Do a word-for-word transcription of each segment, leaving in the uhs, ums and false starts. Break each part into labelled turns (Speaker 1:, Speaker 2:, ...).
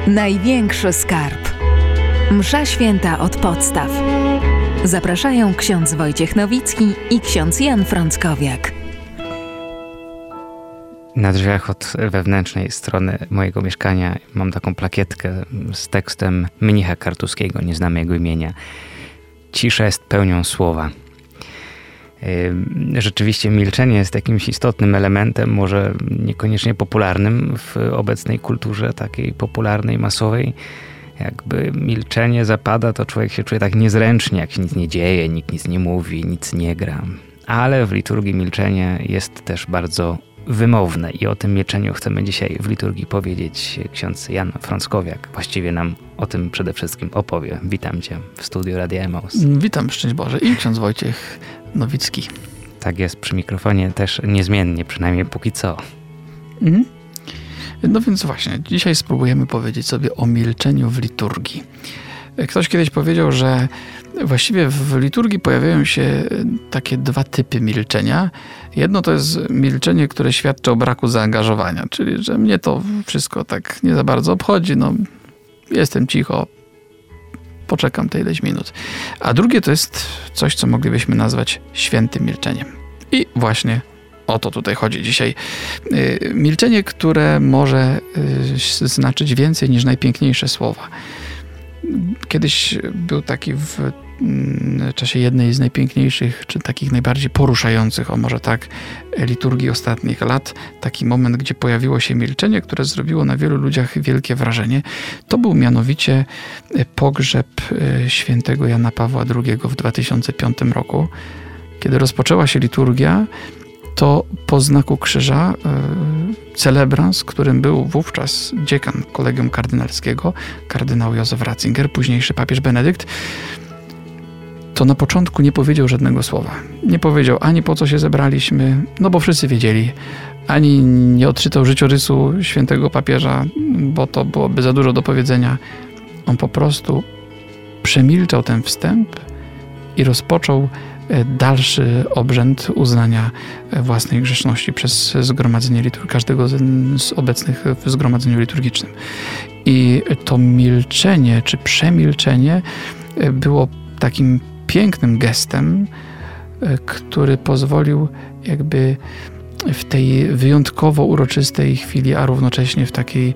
Speaker 1: Największy skarb. Msza święta od podstaw. Zapraszają ksiądz Wojciech Nowicki i ksiądz Jan Frąckowiak.
Speaker 2: Na drzwiach od wewnętrznej strony mojego mieszkania mam taką plakietkę z tekstem mnicha kartuskiego, nie znamy jego imienia. Cisza jest pełnią słowa. Rzeczywiście milczenie jest jakimś istotnym elementem, może niekoniecznie popularnym w obecnej kulturze takiej popularnej, masowej. Jakby milczenie zapada, to człowiek się czuje tak niezręcznie, jak się nic nie dzieje, nikt nic nie mówi, nic nie gra. Ale w liturgii milczenie jest też bardzo wymowne i o tym milczeniu chcemy dzisiaj w liturgii powiedzieć ksiądz Jan Frąckowiak. Właściwie nam o tym przede wszystkim opowie. Witam Cię w studiu Radia Emaus.
Speaker 3: Witam, szczęść Boże, i ksiądz Wojciech Nowicki.
Speaker 2: Tak jest, przy mikrofonie też niezmiennie, przynajmniej póki co.
Speaker 3: Mhm. No więc właśnie, dzisiaj spróbujemy powiedzieć sobie o milczeniu w liturgii. Ktoś kiedyś powiedział, że właściwie w liturgii pojawiają się takie dwa typy milczenia. Jedno to jest milczenie, które świadczy o braku zaangażowania, czyli że mnie to wszystko tak nie za bardzo obchodzi, no jestem cicho, poczekam te ileś minut. A drugie to jest coś, co moglibyśmy nazwać świętym milczeniem. I właśnie o to tutaj chodzi dzisiaj. Milczenie, które może znaczyć więcej niż najpiękniejsze słowa. Kiedyś był taki w czasie jednej z najpiękniejszych, czy takich najbardziej poruszających, o może tak, liturgii ostatnich lat, taki moment, gdzie pojawiło się milczenie, które zrobiło na wielu ludziach wielkie wrażenie. To był mianowicie pogrzeb świętego Jana Pawła drugiego w dwa tysiące piątym roku. Kiedy rozpoczęła się liturgia, to po znaku krzyża e, celebrans, którym był wówczas dziekan kolegium kardynalskiego, kardynał Józef Ratzinger, późniejszy papież Benedykt, to na początku nie powiedział żadnego słowa. Nie powiedział ani po co się zebraliśmy, no bo wszyscy wiedzieli, ani nie odczytał życiorysu świętego papieża, bo to byłoby za dużo do powiedzenia. On po prostu przemilczał ten wstęp i rozpoczął dalszy obrzęd uznania własnej grzeszności przez zgromadzenie liturgiczne, każdego z obecnych w zgromadzeniu liturgicznym. I to milczenie, czy przemilczenie było takim pięknym gestem, który pozwolił jakby w tej wyjątkowo uroczystej chwili, a równocześnie w takiej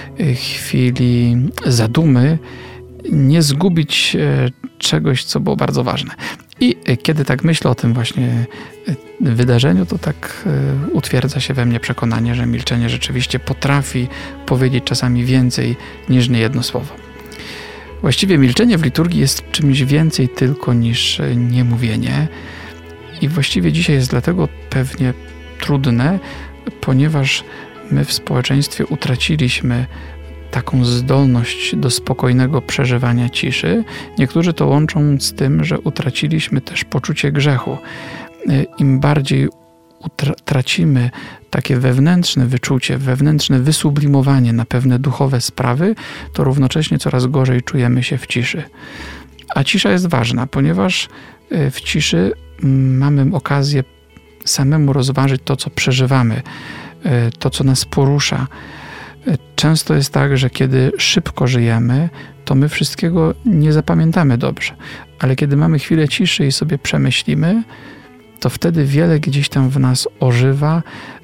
Speaker 3: chwili zadumy nie zgubić czegoś, co było bardzo ważne. I kiedy tak myślę o tym właśnie wydarzeniu, to tak utwierdza się we mnie przekonanie, że milczenie rzeczywiście potrafi powiedzieć czasami więcej niż niejedno słowo. Właściwie milczenie w liturgii jest czymś więcej tylko niż niemówienie. I właściwie dzisiaj jest dlatego pewnie trudne, ponieważ my w społeczeństwie utraciliśmy taką zdolność do spokojnego przeżywania ciszy. Niektórzy to łączą z tym, że utraciliśmy też poczucie grzechu. Im bardziej utra- tracimy takie wewnętrzne wyczucie, wewnętrzne wysublimowanie na pewne duchowe sprawy, to równocześnie coraz gorzej czujemy się w ciszy. A cisza jest ważna, ponieważ w ciszy mamy okazję samemu rozważyć to, co przeżywamy, to, co nas porusza. Często jest tak, że kiedy szybko żyjemy, to my wszystkiego nie zapamiętamy dobrze. Ale kiedy mamy chwilę ciszy i sobie przemyślimy, to wtedy wiele gdzieś tam w nas ożywa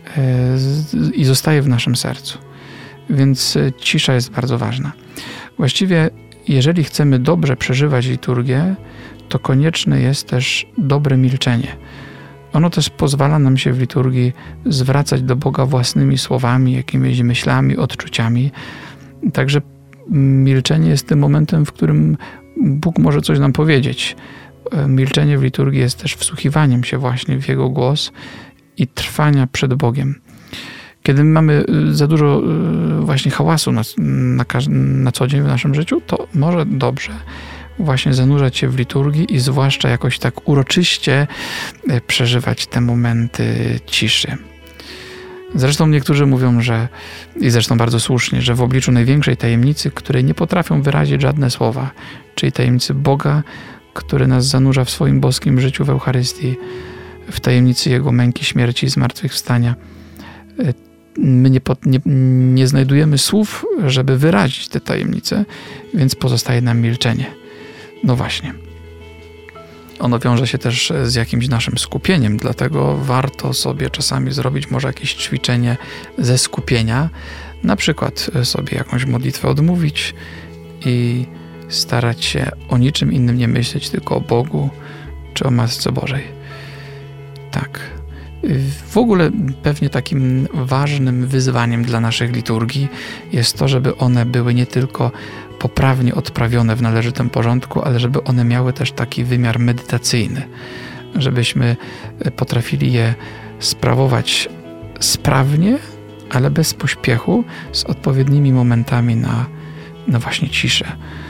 Speaker 3: i zostaje w naszym sercu. Więc cisza jest bardzo ważna. Właściwie, jeżeli chcemy dobrze przeżywać liturgię, to konieczne jest też dobre milczenie. Ono też pozwala nam się w liturgii zwracać do Boga własnymi słowami, jakimiś myślami, odczuciami. Także milczenie jest tym momentem, w którym Bóg może coś nam powiedzieć. Milczenie w liturgii jest też wsłuchiwaniem się właśnie w Jego głos i trwania przed Bogiem. Kiedy mamy za dużo właśnie hałasu na, na, na co dzień w naszym życiu, to może dobrze właśnie zanurzać się w liturgii i zwłaszcza jakoś tak uroczyście przeżywać te momenty ciszy. Zresztą niektórzy mówią, że, i zresztą bardzo słusznie, że w obliczu największej tajemnicy, której nie potrafią wyrazić żadne słowa, czyli tajemnicy Boga, który nas zanurza w swoim boskim życiu w Eucharystii, w tajemnicy Jego męki, śmierci i zmartwychwstania, my nie, nie, nie znajdujemy słów, żeby wyrazić te tajemnice, więc pozostaje nam milczenie. No właśnie. Ono wiąże się też z jakimś naszym skupieniem, dlatego warto sobie czasami zrobić może jakieś ćwiczenie ze skupienia, na przykład sobie jakąś modlitwę odmówić i starać się o niczym innym nie myśleć, tylko o Bogu czy o Matce Bożej. Tak. W ogóle pewnie takim ważnym wyzwaniem dla naszych liturgii jest to, żeby one były nie tylko poprawnie odprawione w należytym porządku, ale żeby one miały też taki wymiar medytacyjny, żebyśmy potrafili je sprawować sprawnie, ale bez pośpiechu, z odpowiednimi momentami na, na właśnie ciszę.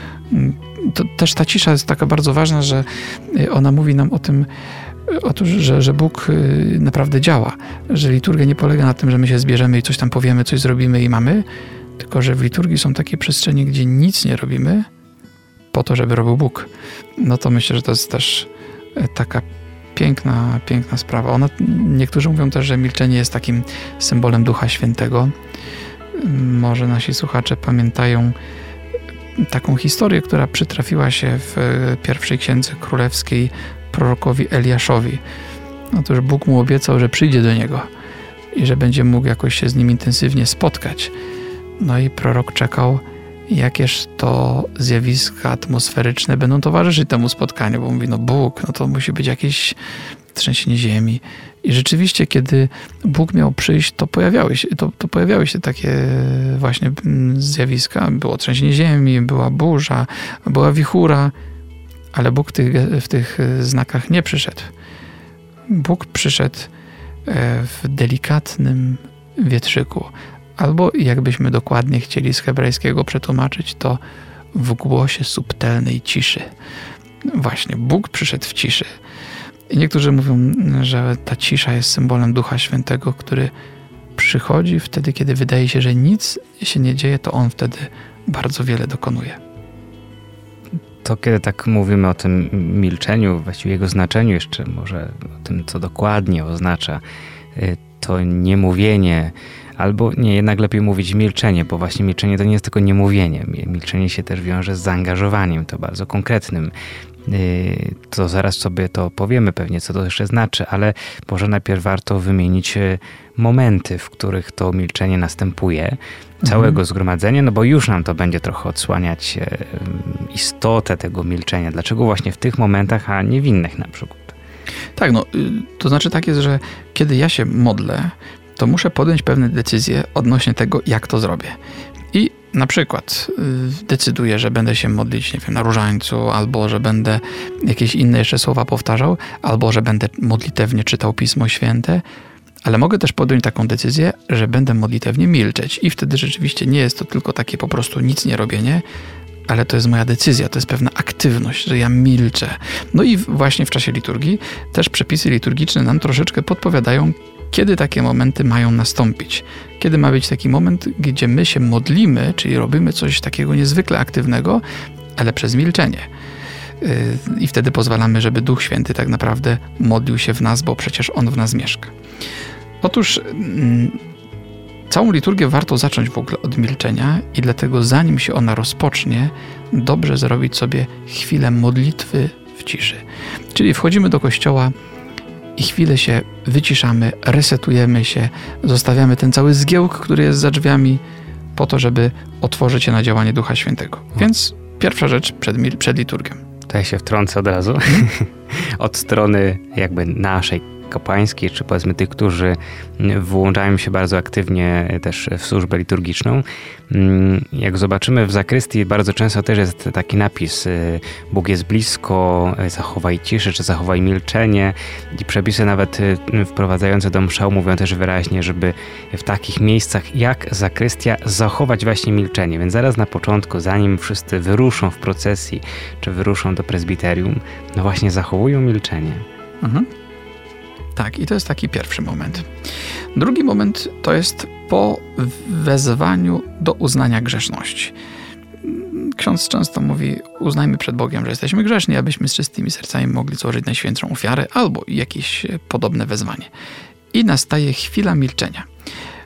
Speaker 3: To też ta cisza jest taka bardzo ważna, że ona mówi nam o tym, Otóż, że, że Bóg naprawdę działa, że liturgia nie polega na tym, że my się zbierzemy i coś tam powiemy, coś zrobimy i mamy, tylko że w liturgii są takie przestrzenie, gdzie nic nie robimy po to, żeby robił Bóg. No to myślę, że to jest też taka piękna, piękna sprawa. Ona, niektórzy mówią też, że milczenie jest takim symbolem Ducha Świętego. Może nasi słuchacze pamiętają taką historię, która przytrafiła się w pierwszej księdze królewskiej prorokowi Eliaszowi. Otóż Bóg mu obiecał, że przyjdzie do niego i że będzie mógł jakoś się z nim intensywnie spotkać. No i prorok czekał, jakież to zjawiska atmosferyczne będą towarzyszyć temu spotkaniu, bo mówi, no Bóg, no to musi być jakieś trzęsienie ziemi. I rzeczywiście, kiedy Bóg miał przyjść, to pojawiały się, to, to pojawiały się takie właśnie zjawiska. Było trzęsienie ziemi, była burza, była wichura, ale Bóg w tych, w tych znakach nie przyszedł. Bóg przyszedł w delikatnym wietrzyku. Albo jakbyśmy dokładnie chcieli z hebrajskiego przetłumaczyć, to w głosie subtelnej ciszy. Właśnie, Bóg przyszedł w ciszy. I niektórzy mówią, że ta cisza jest symbolem Ducha Świętego, który przychodzi wtedy, kiedy wydaje się, że nic się nie dzieje, to On wtedy bardzo wiele dokonuje.
Speaker 2: To kiedy tak mówimy o tym milczeniu, właściwie jego znaczeniu jeszcze, może o tym, co dokładnie oznacza to niemówienie, albo nie, jednak lepiej mówić milczenie, bo właśnie milczenie to nie jest tylko niemówienie. Milczenie się też wiąże z zaangażowaniem, to bardzo konkretnym. To zaraz sobie to powiemy pewnie, co to jeszcze znaczy, ale może najpierw warto wymienić momenty, w których to milczenie następuje, całego mhm. zgromadzenia, no bo już nam to będzie trochę odsłaniać istotę tego milczenia. Dlaczego właśnie w tych momentach, a nie w innych na przykład?
Speaker 3: Tak, no to znaczy tak jest, że kiedy ja się modlę, to muszę podjąć pewne decyzje odnośnie tego, jak to zrobię. I na przykład decyduję, że będę się modlić, nie wiem, na różańcu, albo że będę jakieś inne jeszcze słowa powtarzał, albo że będę modlitewnie czytał Pismo Święte, ale mogę też podjąć taką decyzję, że będę modlitewnie milczeć i wtedy rzeczywiście nie jest to tylko takie po prostu nic nie robienie, ale to jest moja decyzja, to jest pewna aktywność, że ja milczę. No i właśnie w czasie liturgii też przepisy liturgiczne nam troszeczkę podpowiadają, kiedy takie momenty mają nastąpić. Kiedy ma być taki moment, gdzie my się modlimy, czyli robimy coś takiego niezwykle aktywnego, ale przez milczenie. I wtedy pozwalamy, żeby Duch Święty tak naprawdę modlił się w nas, bo przecież On w nas mieszka. Otóż całą liturgię warto zacząć w ogóle od milczenia i dlatego zanim się ona rozpocznie, dobrze zrobić sobie chwilę modlitwy w ciszy. Czyli wchodzimy do kościoła i chwilę się wyciszamy, resetujemy się, zostawiamy ten cały zgiełk, który jest za drzwiami, po to, żeby otworzyć się na działanie Ducha Świętego. Więc pierwsza rzecz przed, przed liturgią.
Speaker 2: To ja się wtrącę od razu. Od strony jakby naszej kapłańskiej, czy powiedzmy tych, którzy włączają się bardzo aktywnie też w służbę liturgiczną. Jak zobaczymy w zakrystii, bardzo często też jest taki napis Bóg jest blisko, zachowaj ciszę, czy zachowaj milczenie. I przepisy nawet wprowadzające do mszał mówią też wyraźnie, żeby w takich miejscach jak zakrystia zachować właśnie milczenie. Więc zaraz na początku, zanim wszyscy wyruszą w procesji, czy wyruszą do prezbiterium, no właśnie zachowują milczenie.
Speaker 3: Mhm. Tak, i to jest taki pierwszy moment. Drugi moment to jest po wezwaniu do uznania grzeszności. Ksiądz często mówi, uznajmy przed Bogiem, że jesteśmy grzeszni, abyśmy z czystymi sercami mogli złożyć najświętszą ofiarę albo jakieś podobne wezwanie. I nastaje chwila milczenia.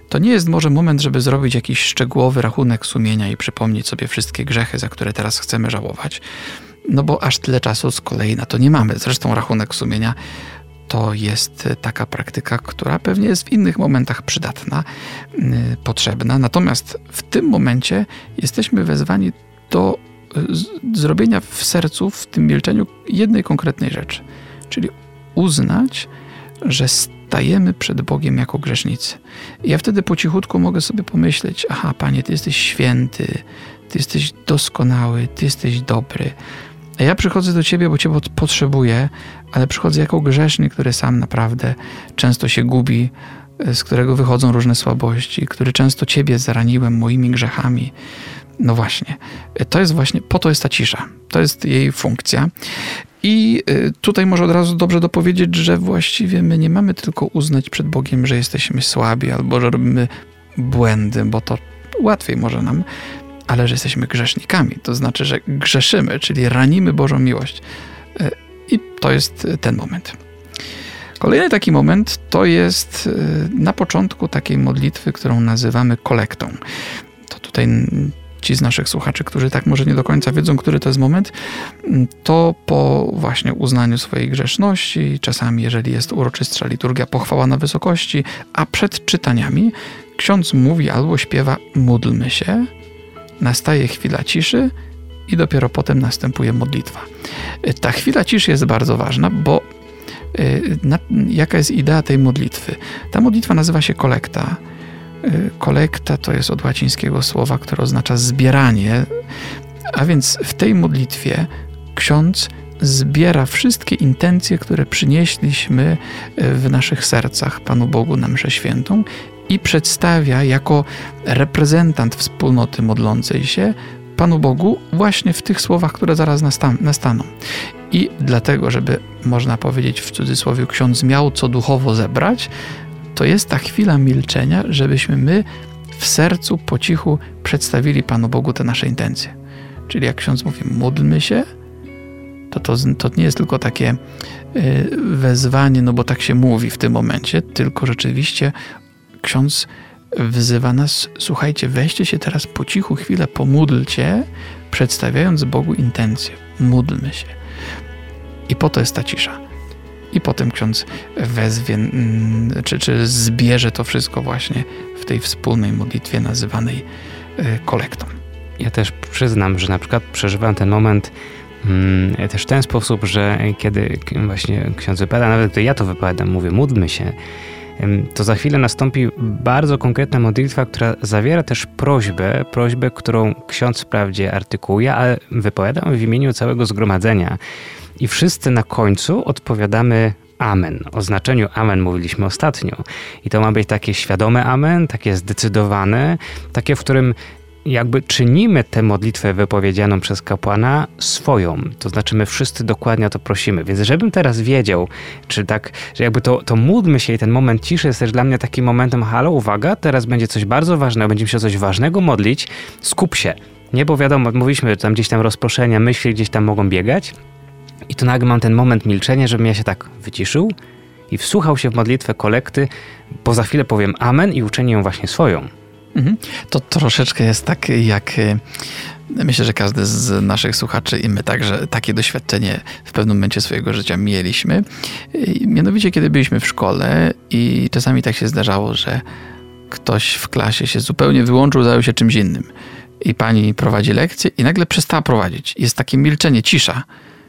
Speaker 3: to nie jest może moment, żeby zrobić jakiś szczegółowy rachunek sumienia i przypomnieć sobie wszystkie grzechy, za które teraz chcemy żałować. No bo aż tyle czasu z kolei na to nie mamy. Zresztą rachunek sumienia to jest taka praktyka, która pewnie jest w innych momentach przydatna, yy, potrzebna. Natomiast w tym momencie jesteśmy wezwani do z- zrobienia w sercu, w tym milczeniu jednej konkretnej rzeczy. Czyli uznać, że stajemy przed Bogiem jako grzesznicy. I ja wtedy po cichutku mogę sobie pomyśleć, aha, Panie, Ty jesteś święty, Ty jesteś doskonały, Ty jesteś dobry. A ja przychodzę do Ciebie, bo Cię potrzebuję, ale przychodzę jako grzesznik, który sam naprawdę często się gubi, z którego wychodzą różne słabości, który często Ciebie zaraniłem moimi grzechami. No właśnie, to jest właśnie, po to jest ta cisza. To jest jej funkcja. I tutaj może od razu dobrze dopowiedzieć, że właściwie my nie mamy tylko uznać przed Bogiem, że jesteśmy słabi albo że robimy błędy, bo to łatwiej może nam, ale że jesteśmy grzesznikami. To znaczy, że grzeszymy, czyli ranimy Bożą miłość. I to jest ten moment. Kolejny taki moment to jest na początku takiej modlitwy, którą nazywamy kolektą. To tutaj ci z naszych słuchaczy, którzy tak może nie do końca wiedzą, który to jest moment, to po właśnie uznaniu swojej grzeszności, czasami jeżeli jest uroczystsza liturgia, pochwała na wysokości, a przed czytaniami ksiądz mówi albo śpiewa módlmy się, nastaje chwila ciszy i dopiero potem następuje modlitwa. Ta chwila ciszy jest bardzo ważna, bo na, jaka jest idea tej modlitwy? Ta modlitwa nazywa się kolekta. Kolekta to jest od łacińskiego słowa, które oznacza zbieranie, a więc w tej modlitwie ksiądz zbiera wszystkie intencje, które przynieśliśmy w naszych sercach Panu Bogu na mszę świętą i przedstawia jako reprezentant wspólnoty modlącej się Panu Bogu właśnie w tych słowach, które zaraz nastaną. I dlatego, żeby można powiedzieć w cudzysłowie ksiądz miał co duchowo zebrać, to jest ta chwila milczenia, żebyśmy my w sercu po cichu przedstawili Panu Bogu te nasze intencje. Czyli jak ksiądz mówi módlmy się, to to, to nie jest tylko takie y, wezwanie, no bo tak się mówi w tym momencie, tylko rzeczywiście ksiądz wzywa nas, słuchajcie, weźcie się teraz po cichu chwilę, pomódlcie, przedstawiając Bogu intencje. Módlmy się. I po to jest ta cisza. I potem ksiądz wezwie, czy, czy zbierze to wszystko właśnie w tej wspólnej modlitwie nazywanej kolektą.
Speaker 2: Ja też przyznam, że na przykład przeżywam ten moment hmm, też w ten sposób, że kiedy właśnie ksiądz wypowiada, nawet gdy ja to wypowiadam, mówię módlmy się, to za chwilę nastąpi bardzo konkretna modlitwa, która zawiera też prośbę, prośbę, którą ksiądz wprawdzie artykułuje, ale wypowiadam w imieniu całego zgromadzenia. I wszyscy na końcu odpowiadamy amen. O znaczeniu amen mówiliśmy ostatnio. I to ma być takie świadome amen, takie zdecydowane, takie, w którym jakby czynimy tę modlitwę wypowiedzianą przez kapłana swoją. To znaczy my wszyscy dokładnie o to prosimy. Więc żebym teraz wiedział, czy tak, że jakby to, to módlmy się i ten moment ciszy jest też dla mnie takim momentem, halo, uwaga, teraz będzie coś bardzo ważnego, będziemy się o coś ważnego modlić, skup się. Nie, bo wiadomo, mówiliśmy, że tam gdzieś tam rozproszenia, myśli gdzieś tam mogą biegać. I tu nagle mam ten moment milczenia, żebym ja się tak wyciszył i wsłuchał się w modlitwę kolekty, bo za chwilę powiem amen i uczynię ją właśnie swoją.
Speaker 3: Mhm. To troszeczkę jest tak, jak myślę, że każdy z naszych słuchaczy i my także takie doświadczenie w pewnym momencie swojego życia mieliśmy. Mianowicie, kiedy byliśmy w szkole i czasami tak się zdarzało, że ktoś w klasie się zupełnie wyłączył, zajął się czymś innym. I pani prowadzi lekcję i nagle przestała prowadzić. Jest takie milczenie, cisza.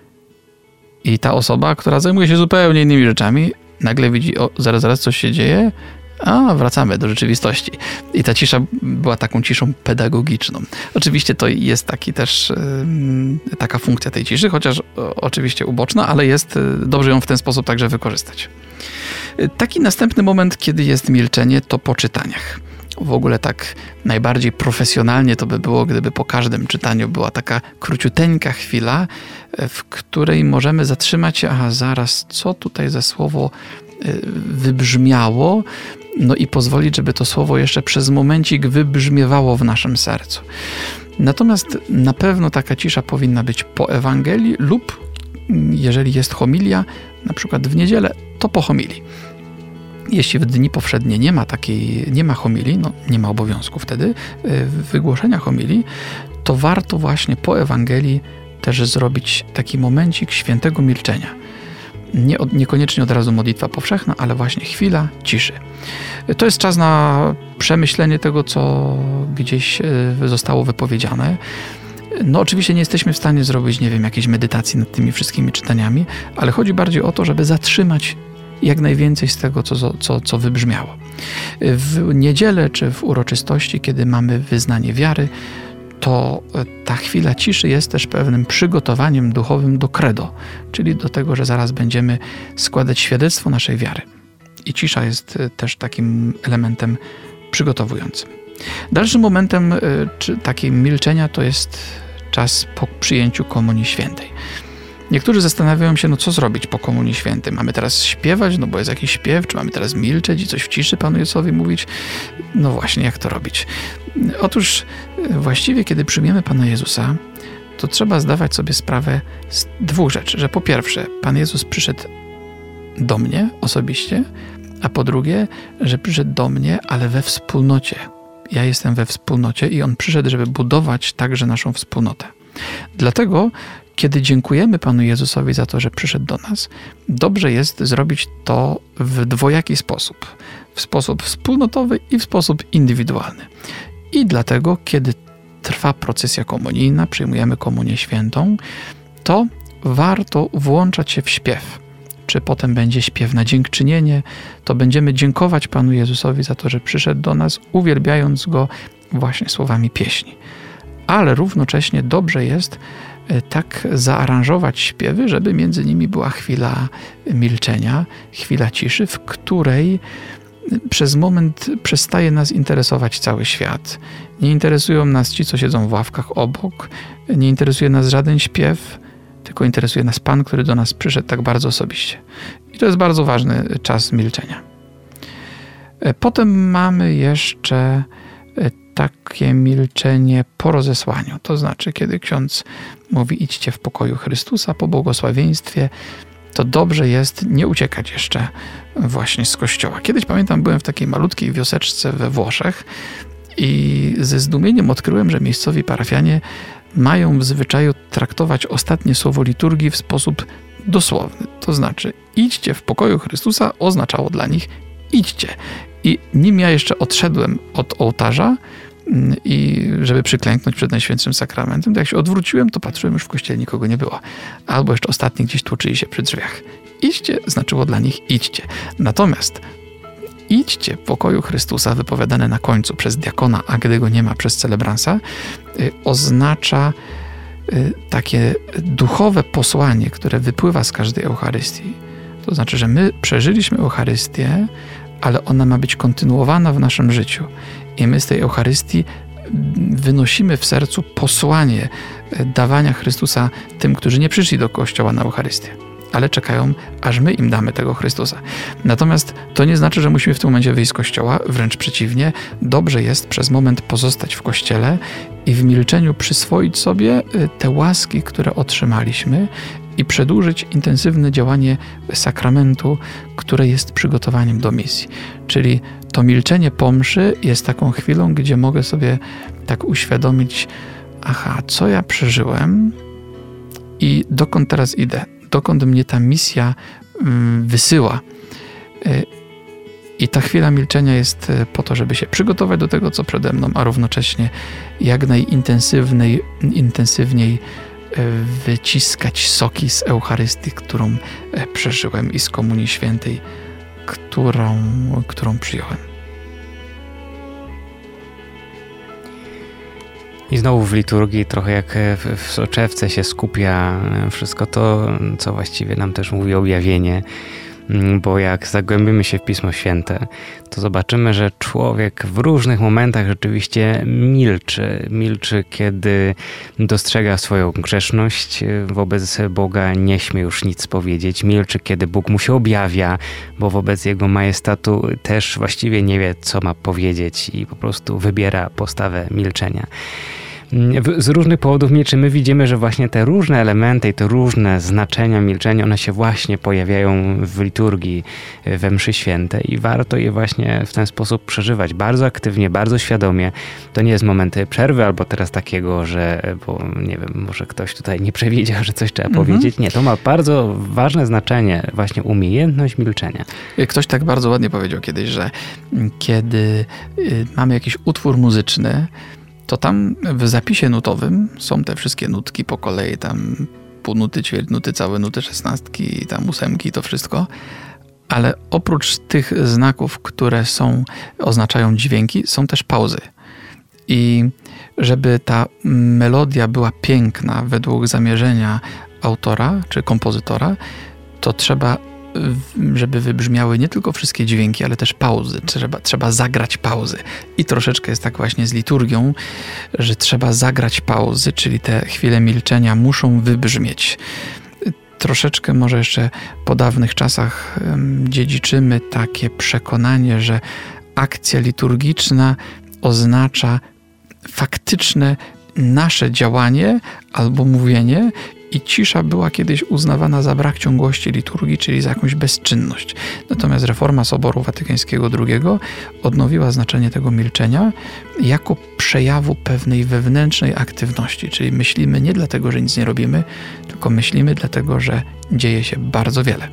Speaker 3: I ta osoba, która zajmuje się zupełnie innymi rzeczami, nagle widzi, o, zaraz, zaraz coś się dzieje, a wracamy do rzeczywistości. I ta cisza była taką ciszą pedagogiczną. Oczywiście to jest taki też yy, taka funkcja tej ciszy, chociaż o, oczywiście uboczna, ale jest yy, dobrze ją w ten sposób także wykorzystać. Yy, taki następny moment, kiedy jest milczenie, to po czytaniach. W ogóle tak najbardziej profesjonalnie to by było, gdyby po każdym czytaniu była taka króciuteńka chwila, w której możemy zatrzymać się, aha, zaraz, co tutaj za słowo wybrzmiało, no i pozwolić, żeby to słowo jeszcze przez momencik wybrzmiewało w naszym sercu. Natomiast na pewno taka cisza powinna być po Ewangelii lub jeżeli jest homilia, na przykład w niedzielę, to po homilii. jeśli w dni powszednie nie ma takiej, nie ma homilii, no nie ma obowiązku wtedy wygłoszenia homilii, to warto właśnie po Ewangelii też zrobić taki momencik świętego milczenia. Nie, niekoniecznie od razu modlitwa powszechna, ale właśnie chwila ciszy. To jest czas na przemyślenie tego, co gdzieś zostało wypowiedziane. No oczywiście nie jesteśmy w stanie zrobić, nie wiem, jakiejś medytacji nad tymi wszystkimi czytaniami, ale chodzi bardziej o to, żeby zatrzymać jak najwięcej z tego, co, co, co wybrzmiało. W niedzielę czy w uroczystości, kiedy mamy wyznanie wiary, to ta chwila ciszy jest też pewnym przygotowaniem duchowym do credo, czyli do tego, że zaraz będziemy składać świadectwo naszej wiary. I cisza jest też takim elementem przygotowującym. Dalszym momentem czy takim milczenia to jest czas po przyjęciu Komunii Świętej. Niektórzy zastanawiają się, no co zrobić po Komunii Świętej? Mamy teraz śpiewać, no bo jest jakiś śpiew, czy mamy teraz milczeć i coś w ciszy Panu Jezusowi mówić? No właśnie, jak to robić? Otóż właściwie, kiedy przyjmiemy Pana Jezusa, to trzeba zdawać sobie sprawę z dwóch rzeczy. Że po pierwsze, Pan Jezus przyszedł do mnie osobiście, a po drugie, że przyszedł do mnie, ale we wspólnocie. Ja jestem we wspólnocie i On przyszedł, żeby budować także naszą wspólnotę. Dlatego, kiedy dziękujemy Panu Jezusowi za to, że przyszedł do nas, dobrze jest zrobić to w dwojaki sposób. W sposób wspólnotowy i w sposób indywidualny. I dlatego, kiedy trwa procesja komunijna, przyjmujemy Komunię Świętą, to warto włączać się w śpiew. Czy potem będzie śpiew na dziękczynienie, to będziemy dziękować Panu Jezusowi za to, że przyszedł do nas, uwielbiając Go właśnie słowami pieśni. Ale równocześnie dobrze jest tak zaaranżować śpiewy, żeby między nimi była chwila milczenia, chwila ciszy, w której przez moment przestaje nas interesować cały świat. Nie interesują nas ci, co siedzą w ławkach obok, nie interesuje nas żaden śpiew, tylko interesuje nas Pan, który do nas przyszedł tak bardzo osobiście. I to jest bardzo ważny czas milczenia. Potem mamy jeszcze takie milczenie po rozesłaniu. To znaczy, kiedy ksiądz mówi idźcie w pokoju Chrystusa po błogosławieństwie, to dobrze jest nie uciekać jeszcze właśnie z kościoła. Kiedyś pamiętam, byłem w takiej malutkiej wioseczce we Włoszech i ze zdumieniem odkryłem, że miejscowi parafianie mają w zwyczaju traktować ostatnie słowo liturgii w sposób dosłowny. To znaczy idźcie w pokoju Chrystusa oznaczało dla nich idźcie. I nim ja jeszcze odszedłem od ołtarza i żeby przyklęknąć przed Najświętszym Sakramentem, to jak się odwróciłem, to patrzyłem, już w kościele nikogo nie było. Albo jeszcze ostatni gdzieś tłoczyli się przy drzwiach. Idźcie znaczyło dla nich idźcie. Natomiast idźcie w pokoju Chrystusa wypowiadane na końcu przez diakona, a gdy go nie ma przez celebransa, y, oznacza y, takie duchowe posłanie, które wypływa z każdej Eucharystii. To znaczy, że my przeżyliśmy Eucharystię, ale ona ma być kontynuowana w naszym życiu. I my z tej Eucharystii wynosimy w sercu posłanie dawania Chrystusa tym, którzy nie przyszli do Kościoła na Eucharystię, ale czekają, aż my im damy tego Chrystusa. Natomiast to nie znaczy, że musimy w tym momencie wyjść z Kościoła, wręcz przeciwnie. Dobrze jest przez moment pozostać w Kościele i w milczeniu przyswoić sobie te łaski, które otrzymaliśmy i przedłużyć intensywne działanie sakramentu, które jest przygotowaniem do misji. Czyli to milczenie po mszy jest taką chwilą, gdzie mogę sobie tak uświadomić, aha, co ja przeżyłem i dokąd teraz idę, dokąd mnie ta misja mm, wysyła. I ta chwila milczenia jest po to, żeby się przygotować do tego, co przede mną, a równocześnie jak najintensywniej intensywniej wyciskać soki z Eucharystii, którą przeżyłem i z Komunii Świętej, którą, którą przyjąłem.
Speaker 2: I znowu w liturgii trochę jak w, w soczewce się skupia wszystko to, co właściwie nam też mówi objawienie, bo jak zagłębimy się w Pismo Święte, to zobaczymy, że człowiek w różnych momentach rzeczywiście milczy. Milczy, kiedy dostrzega swoją grzeszność wobec Boga, nie śmie już nic powiedzieć. Milczy, kiedy Bóg mu się objawia, bo wobec Jego majestatu też właściwie nie wie, co ma powiedzieć i po prostu wybiera postawę milczenia. z różnych powodów milczy. My widzimy, że właśnie te różne elementy i te różne znaczenia milczenia, one się właśnie pojawiają w liturgii, we mszy świętej i warto je właśnie w ten sposób przeżywać bardzo aktywnie, bardzo świadomie. To nie jest moment przerwy albo teraz takiego, że bo nie wiem, może ktoś tutaj nie przewidział, że coś trzeba mhm. powiedzieć. Nie, to ma bardzo ważne znaczenie, właśnie umiejętność milczenia.
Speaker 3: Ktoś tak bardzo ładnie powiedział kiedyś, że kiedy mamy jakiś utwór muzyczny, to tam w zapisie nutowym są te wszystkie nutki po kolei, tam pół nuty, ćwierć nuty, całe nuty, szesnastki, tam ósemki, to wszystko. Ale oprócz tych znaków, które są, oznaczają dźwięki, są też pauzy. I żeby ta melodia była piękna według zamierzenia autora czy kompozytora, to trzeba, żeby wybrzmiały nie tylko wszystkie dźwięki, ale też pauzy. Trzeba, trzeba zagrać pauzy. I troszeczkę jest tak właśnie z liturgią, że trzeba zagrać pauzy, czyli te chwile milczenia muszą wybrzmieć. Troszeczkę może jeszcze po dawnych czasach dziedziczymy takie przekonanie, że akcja liturgiczna oznacza faktyczne nasze działanie albo mówienie i cisza była kiedyś uznawana za brak ciągłości liturgii, czyli za jakąś bezczynność. Natomiast reforma Soboru Watykańskiego drugiego odnowiła znaczenie tego milczenia jako przejawu pewnej wewnętrznej aktywności, czyli myślimy nie dlatego, że nic nie robimy, tylko myślimy dlatego, że dzieje się bardzo wiele.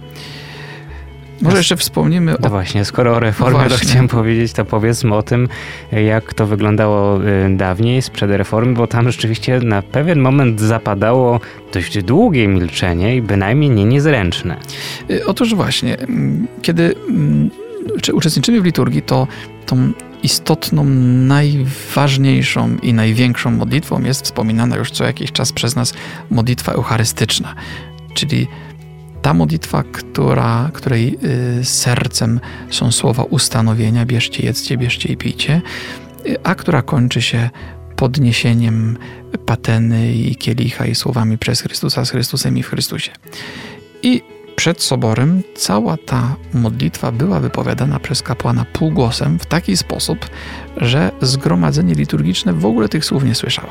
Speaker 3: Może jeszcze wspomnimy
Speaker 2: no
Speaker 3: o...
Speaker 2: właśnie, skoro o reformie, właśnie. To chciałem powiedzieć, to powiedzmy o tym, jak to wyglądało dawniej, sprzed reformy, bo tam rzeczywiście na pewien moment zapadało dość długie milczenie i bynajmniej nie niezręczne.
Speaker 3: Otóż właśnie, kiedy czy uczestniczymy w liturgii, to tą istotną, najważniejszą i największą modlitwą jest wspominana już co jakiś czas przez nas modlitwa eucharystyczna, czyli ta modlitwa, która, której y, sercem są słowa ustanowienia, bierzcie, jedzcie, bierzcie i pijcie, y, a która kończy się podniesieniem pateny i kielicha i słowami przez Chrystusa, z Chrystusem i w Chrystusie. I przed soborem cała ta modlitwa była wypowiadana przez kapłana półgłosem w taki sposób, że zgromadzenie liturgiczne w ogóle tych słów nie słyszało.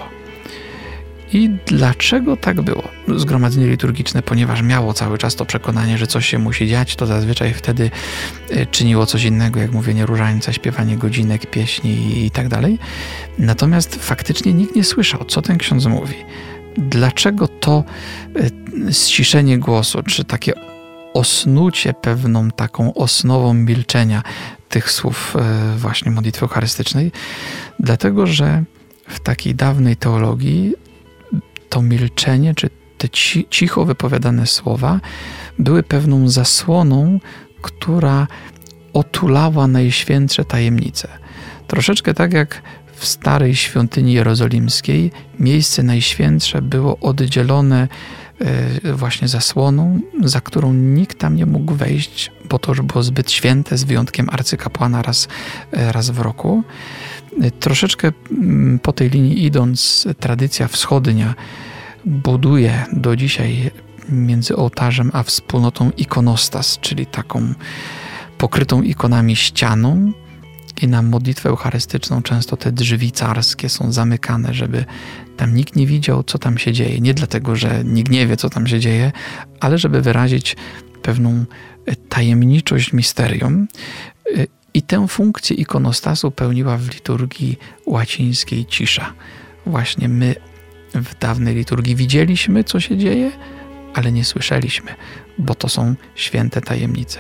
Speaker 3: I dlaczego tak było? Zgromadzenie liturgiczne, ponieważ miało cały czas to przekonanie, że coś się musi dziać, to zazwyczaj wtedy czyniło coś innego, jak mówienie różańca, śpiewanie godzinek, pieśni i tak dalej. Natomiast faktycznie nikt nie słyszał, co ten ksiądz mówi. Dlaczego to ściszenie głosu, czy takie osnucie pewną taką osnową milczenia tych słów właśnie modlitwy eucharystycznej? Dlatego, że w takiej dawnej teologii to milczenie, czy te cicho wypowiadane słowa były pewną zasłoną, która otulała najświętsze tajemnice. Troszeczkę tak jak w starej świątyni jerozolimskiej miejsce najświętsze było oddzielone właśnie zasłoną, za którą nikt tam nie mógł wejść, bo to już było zbyt święte, z wyjątkiem arcykapłana raz, raz w roku. Troszeczkę po tej linii idąc, tradycja wschodnia buduje do dzisiaj między ołtarzem a wspólnotą ikonostas, czyli taką pokrytą ikonami ścianą, i na modlitwę eucharystyczną często te drzwi carskie są zamykane, żeby tam nikt nie widział, co tam się dzieje. Nie dlatego, że nikt nie wie, co tam się dzieje, ale żeby wyrazić pewną tajemniczość misterium. I tę funkcję ikonostasu pełniła w liturgii łacińskiej cisza. Właśnie my w dawnej liturgii widzieliśmy, co się dzieje, ale nie słyszeliśmy, bo to są święte tajemnice.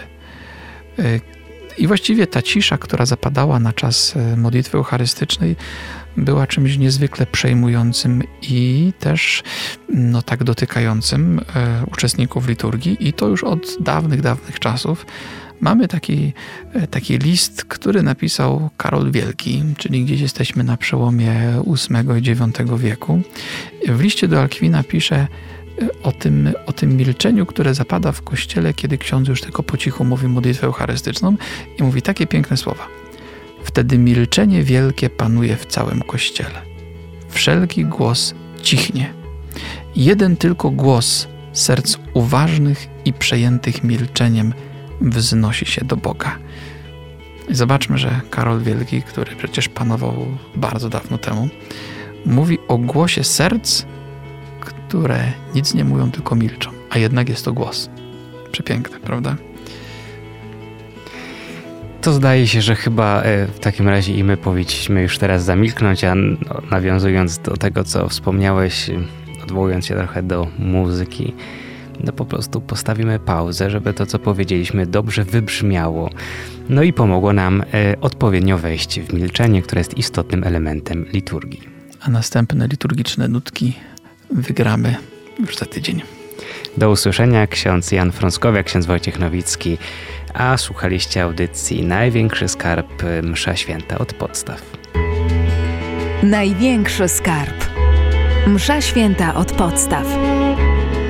Speaker 3: I właściwie ta cisza, która zapadała na czas modlitwy eucharystycznej, była czymś niezwykle przejmującym i też no, tak dotykającym e, uczestników liturgii. I to już od dawnych, dawnych czasów. Mamy taki, taki list, który napisał Karol Wielki, czyli gdzieś jesteśmy na przełomie ósmego i dziewiątego wieku. W liście do Alkwina pisze o tym, o tym milczeniu, które zapada w kościele, kiedy ksiądz już tylko po cichu mówi modlitwę eucharystyczną i mówi takie piękne słowa. Wtedy milczenie wielkie panuje w całym kościele. Wszelki głos cichnie. Jeden tylko głos serc uważnych i przejętych milczeniem wznosi się do Boga. I zobaczmy, że Karol Wielki, który przecież panował bardzo dawno temu, mówi o głosie serc, które nic nie mówią, tylko milczą. A jednak jest to głos. Przepiękne, prawda?
Speaker 2: To zdaje się, że chyba w takim razie i my powinniśmy już teraz zamilknąć, a nawiązując do tego, co wspomniałeś, odwołując się trochę do muzyki, no po prostu postawimy pauzę, żeby to, co powiedzieliśmy, dobrze wybrzmiało. No i pomogło nam odpowiednio wejść w milczenie, które jest istotnym elementem liturgii.
Speaker 3: A następne liturgiczne nutki wygramy już za tydzień.
Speaker 2: Do usłyszenia, ksiądz Jan Frąckowiak, ksiądz Wojciech Nowicki, a słuchaliście audycji Największy Skarb, msza święta od podstaw.
Speaker 1: Największy Skarb, msza święta od podstaw.